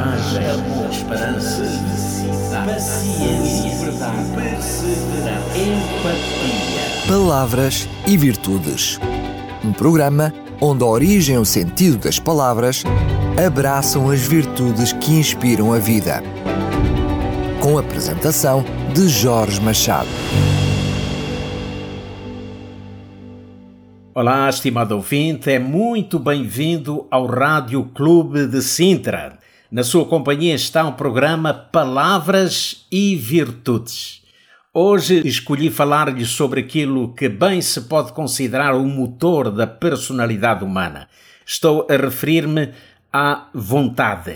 coragem, amor, esperança, felicidade, paciência, verdade, perseverança, empatia. Palavras e Virtudes. Um programa onde a origem e o sentido das palavras abraçam as virtudes que inspiram a vida. Com a apresentação de Jorge Machado. Olá, estimado ouvinte, é muito bem-vindo ao Rádio Clube de Sintra. Na sua companhia está o programa Palavras e Virtudes. Hoje escolhi falar-lhe sobre aquilo que bem se pode considerar o motor da personalidade humana. Estou a referir-me à vontade.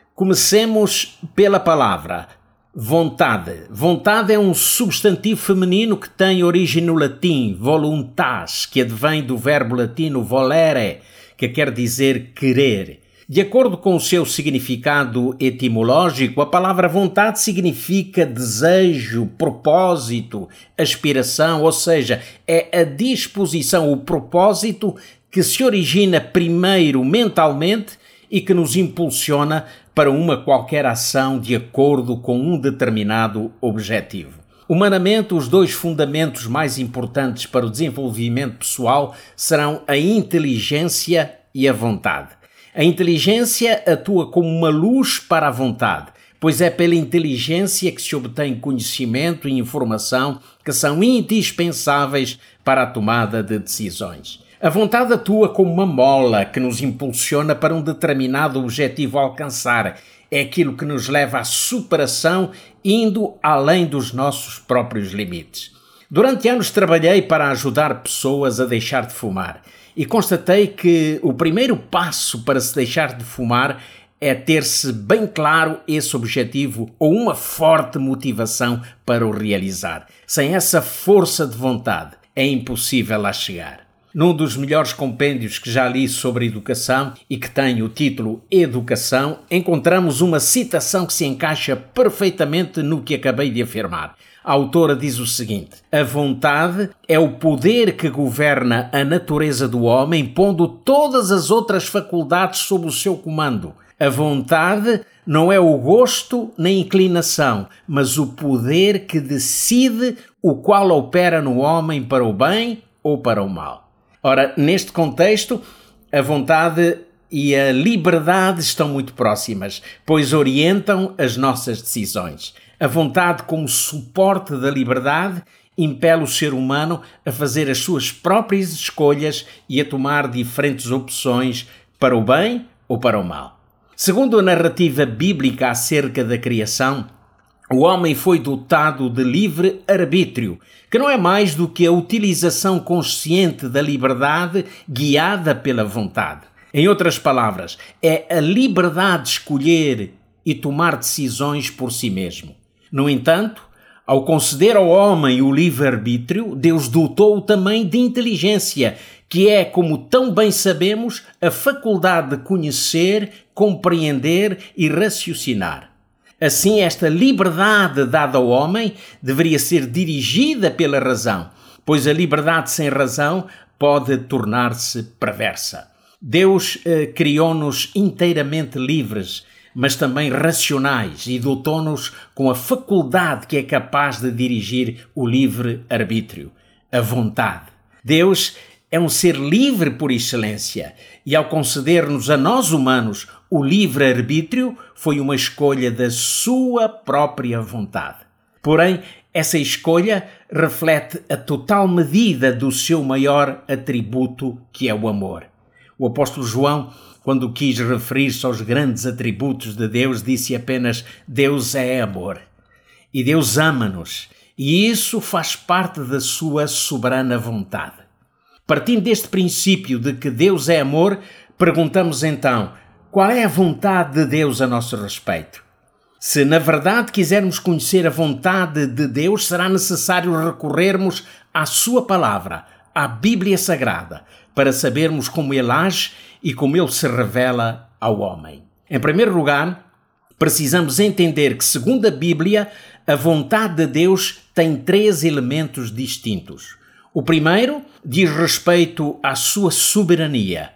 Comecemos pela palavra vontade. Vontade é um substantivo feminino que tem origem no latim, voluntas, que advém do verbo latino volere, que quer dizer querer. De acordo com o seu significado etimológico, a palavra vontade significa desejo, propósito, aspiração, ou seja, é a disposição, o propósito que se origina primeiro mentalmente e que nos impulsiona para uma qualquer ação de acordo com um determinado objetivo. Humanamente, os dois fundamentos mais importantes para o desenvolvimento pessoal serão a inteligência e a vontade. A inteligência atua como uma luz para a vontade, pois é pela inteligência que se obtém conhecimento e informação que são indispensáveis para a tomada de decisões. A vontade atua como uma mola que nos impulsiona para um determinado objetivo a alcançar. É aquilo que nos leva à superação, indo além dos nossos próprios limites. Durante anos trabalhei para ajudar pessoas a deixar de fumar e constatei que o primeiro passo para se deixar de fumar é ter-se bem claro esse objetivo ou uma forte motivação para o realizar. Sem essa força de vontade é impossível lá chegar. Num dos melhores compêndios que já li sobre educação e que tem o título Educação, encontramos uma citação que se encaixa perfeitamente no que acabei de afirmar. A autora diz o seguinte: a vontade é o poder que governa a natureza do homem, pondo todas as outras faculdades sob o seu comando. A vontade não é o gosto nem inclinação, mas o poder que decide, o qual opera no homem para o bem ou para o mal. Ora, neste contexto, a vontade e a liberdade estão muito próximas, pois orientam as nossas decisões. A vontade, como suporte da liberdade, impele o ser humano a fazer as suas próprias escolhas e a tomar diferentes opções para o bem ou para o mal. Segundo a narrativa bíblica acerca da criação, o homem foi dotado de livre arbítrio, que não é mais do que a utilização consciente da liberdade guiada pela vontade. Em outras palavras, é a liberdade de escolher e tomar decisões por si mesmo. No entanto, ao conceder ao homem o livre-arbítrio, Deus dotou-o também de inteligência, que é, como tão bem sabemos, a faculdade de conhecer, compreender e raciocinar. Assim, esta liberdade dada ao homem deveria ser dirigida pela razão, pois a liberdade sem razão pode tornar-se perversa. Deus criou-nos inteiramente livres, mas também racionais e dotou-nos com a faculdade que é capaz de dirigir o livre-arbítrio, a vontade. Deus é um ser livre por excelência e, ao conceder-nos a nós humanos o livre-arbítrio, foi uma escolha da sua própria vontade. Porém, essa escolha reflete a total medida do seu maior atributo, que é o amor. O apóstolo João, quando quis referir-se aos grandes atributos de Deus, disse apenas: Deus é amor. E Deus ama-nos, e isso faz parte da sua soberana vontade. Partindo deste princípio de que Deus é amor, perguntamos então: qual é a vontade de Deus a nosso respeito? Se na verdade quisermos conhecer a vontade de Deus, será necessário recorrermos à sua palavra, à Bíblia Sagrada, para sabermos como Ele age e como Ele se revela ao homem. Em primeiro lugar, precisamos entender que, segundo a Bíblia, a vontade de Deus tem 3 elementos distintos. O primeiro diz respeito à sua soberania.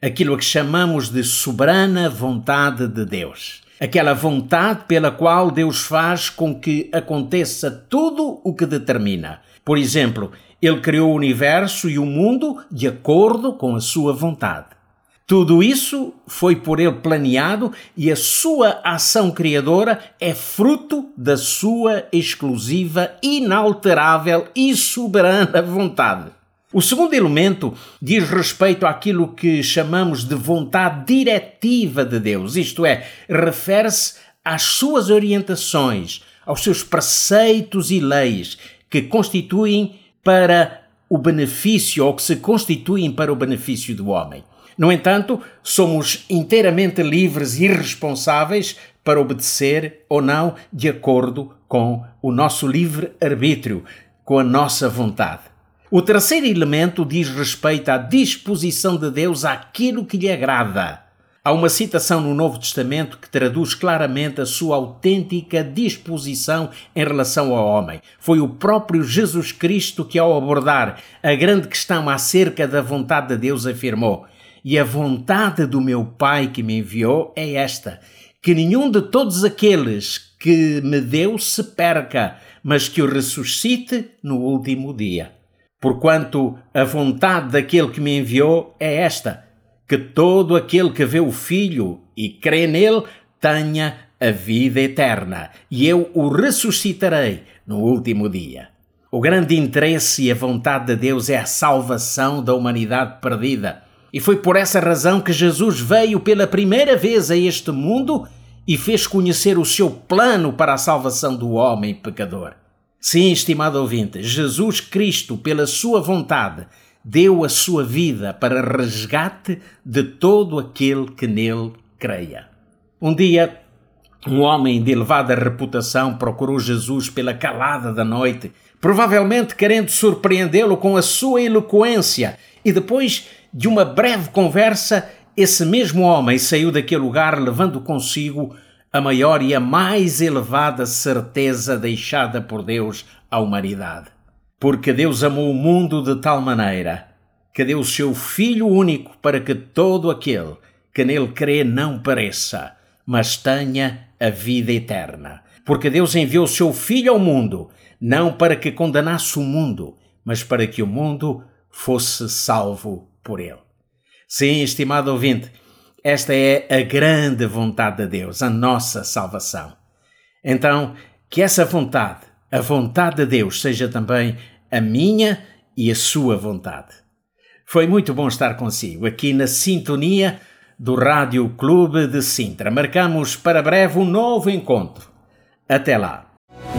aquilo a que chamamos de soberana vontade de Deus. Aquela vontade pela qual Deus faz com que aconteça tudo o que determina. Por exemplo, Ele criou o universo e o mundo de acordo com a sua vontade. Tudo isso foi por Ele planeado e a sua ação criadora é fruto da sua exclusiva, inalterável e soberana vontade. O segundo elemento diz respeito àquilo que chamamos de vontade diretiva de Deus, isto é, refere-se às suas orientações, aos seus preceitos e leis que constituem para o benefício ou que se constituem para o benefício do homem. No entanto, somos inteiramente livres e responsáveis para obedecer ou não de acordo com o nosso livre-arbítrio, com a nossa vontade. O terceiro elemento diz respeito à disposição de Deus àquilo que lhe agrada. Há uma citação no Novo Testamento que traduz claramente a sua autêntica disposição em relação ao homem. Foi o próprio Jesus Cristo que, ao abordar a grande questão acerca da vontade de Deus, afirmou: "E a vontade do meu Pai que me enviou é esta, que nenhum de todos aqueles que me deu se perca, mas que o ressuscite no último dia. Porquanto a vontade daquele que me enviou é esta, que todo aquele que vê o Filho e crê nele tenha a vida eterna, e eu o ressuscitarei no último dia." O grande interesse e a vontade de Deus é a salvação da humanidade perdida. E foi por essa razão que Jesus veio pela primeira vez a este mundo e fez conhecer o seu plano para a salvação do homem pecador. Sim, estimado ouvinte, Jesus Cristo, pela sua vontade, deu a sua vida para resgate de todo aquele que nele creia. Um dia, um homem de elevada reputação procurou Jesus pela calada da noite, provavelmente querendo surpreendê-lo com a sua eloquência, e depois de uma breve conversa, esse mesmo homem saiu daquele lugar levando consigo a maior e a mais elevada certeza deixada por Deus à humanidade. Porque Deus amou o mundo de tal maneira que deu o seu Filho único para que todo aquele que nele crê não pereça, mas tenha a vida eterna. Porque Deus enviou o seu Filho ao mundo, não para que condenasse o mundo, mas para que o mundo fosse salvo por ele. Sim, estimado ouvinte, esta é a grande vontade de Deus, a nossa salvação. Então, que essa vontade, a vontade de Deus, seja também a minha e a sua vontade. Foi muito bom estar consigo aqui na sintonia do Rádio Clube de Sintra. Marcamos para breve um novo encontro. Até lá.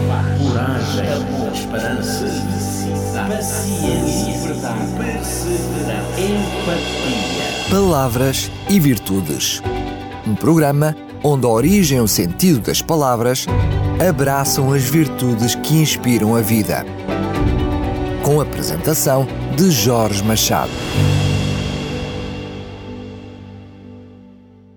Coragem, esperança, paciência, verdade, perseverança, empatia. Palavras e Virtudes. Um programa onde a origem e o sentido das palavras abraçam as virtudes que inspiram a vida. Com a apresentação de Jorge Machado.